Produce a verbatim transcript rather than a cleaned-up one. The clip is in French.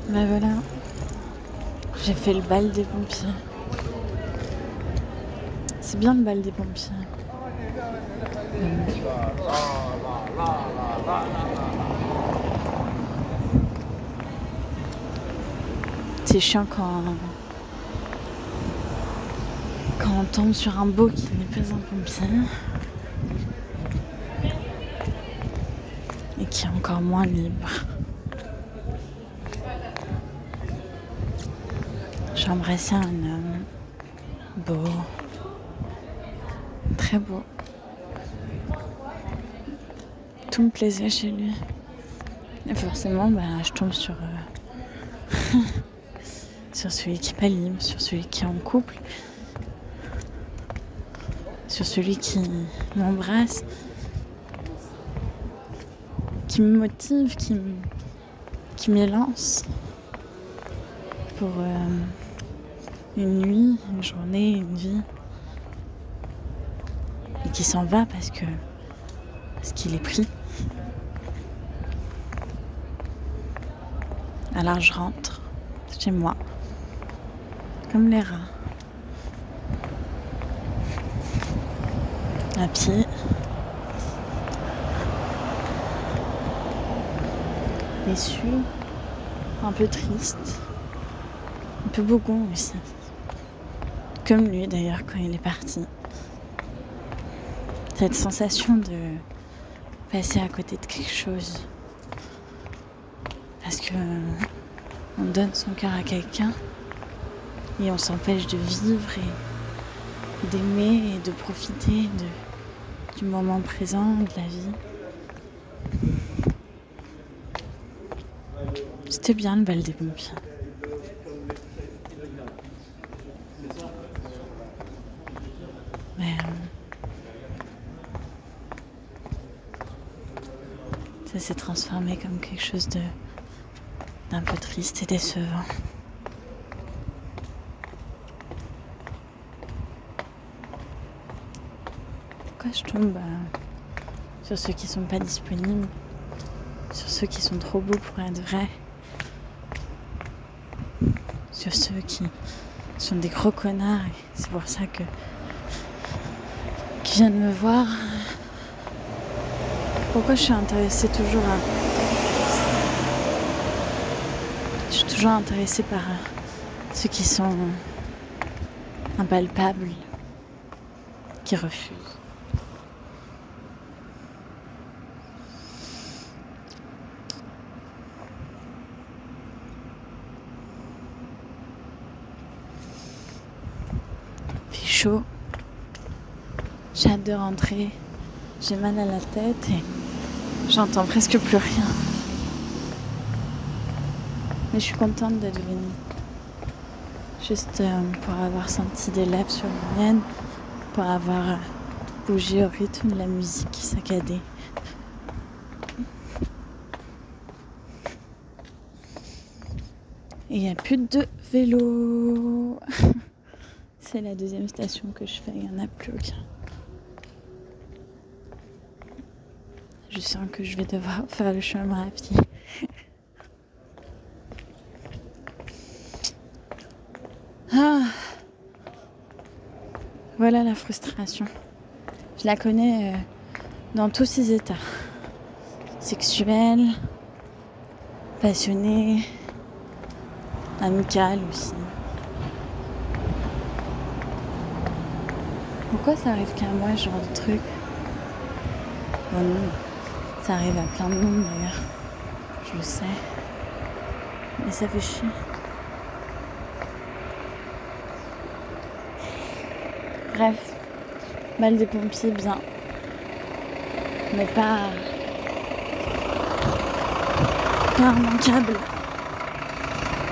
Bah voilà, j'ai fait le bal des pompiers. C'est bien le bal des pompiers. Hum. C'est chiant quand... quand on tombe sur un beau qui n'est pas un pompier. Et qui est encore moins libre. J'ai embrassé un homme beau, très beau. Tout me plaisait chez lui. Et forcément, bah, je tombe sur, euh, sur celui qui est pas libre, sur celui qui est en couple, sur celui qui m'embrasse, qui me motive, qui me, qui m'élance pour euh, une nuit, une journée, une vie, et qui s'en va parce que parce qu'il est pris. Alors je rentre chez moi, comme les rats, à pied, déçu, un peu triste, un peu bougon aussi, comme lui d'ailleurs quand il est parti. Cette sensation de passer à côté de quelque chose, parce que on donne son cœur à quelqu'un et on s'empêche de vivre et d'aimer et de profiter de, du moment présent, de la vie. C'était bien le bal des pompiers. Mais euh, ça s'est transformé comme quelque chose de d'un peu triste et décevant. Pourquoi je tombe euh, sur ceux qui sont pas disponibles, sur ceux qui sont trop beaux pour être vrais, sur ceux qui sont des gros connards, et c'est pour ça que qui viennent me voir. Pourquoi je suis intéressée toujours à je suis toujours intéressée par euh, ceux qui sont impalpables, qui refusent. Il fait chaud, j'ai hâte de rentrer, j'ai mal à la tête et j'entends presque plus rien. Mais je suis contente d'être venue. Juste euh, pour avoir senti des lèvres sur les miennes, pour avoir euh, bougé au rythme de la musique saccadée. Et il n'y a plus de vélo. C'est la deuxième station que je fais, il n'y en a plus aucun. Je sens que je vais devoir faire le chemin à pied. Ah, voilà la frustration. Je la connais euh, dans tous ses états. Sexuel, passionné, amical aussi. Pourquoi ça arrive qu'à moi ce genre de truc? Bon non, ça arrive à plein de monde d'ailleurs. Je le sais. Mais ça fait chier. Bref, bal des pompiers, bien. Mais pas... pas immanquable.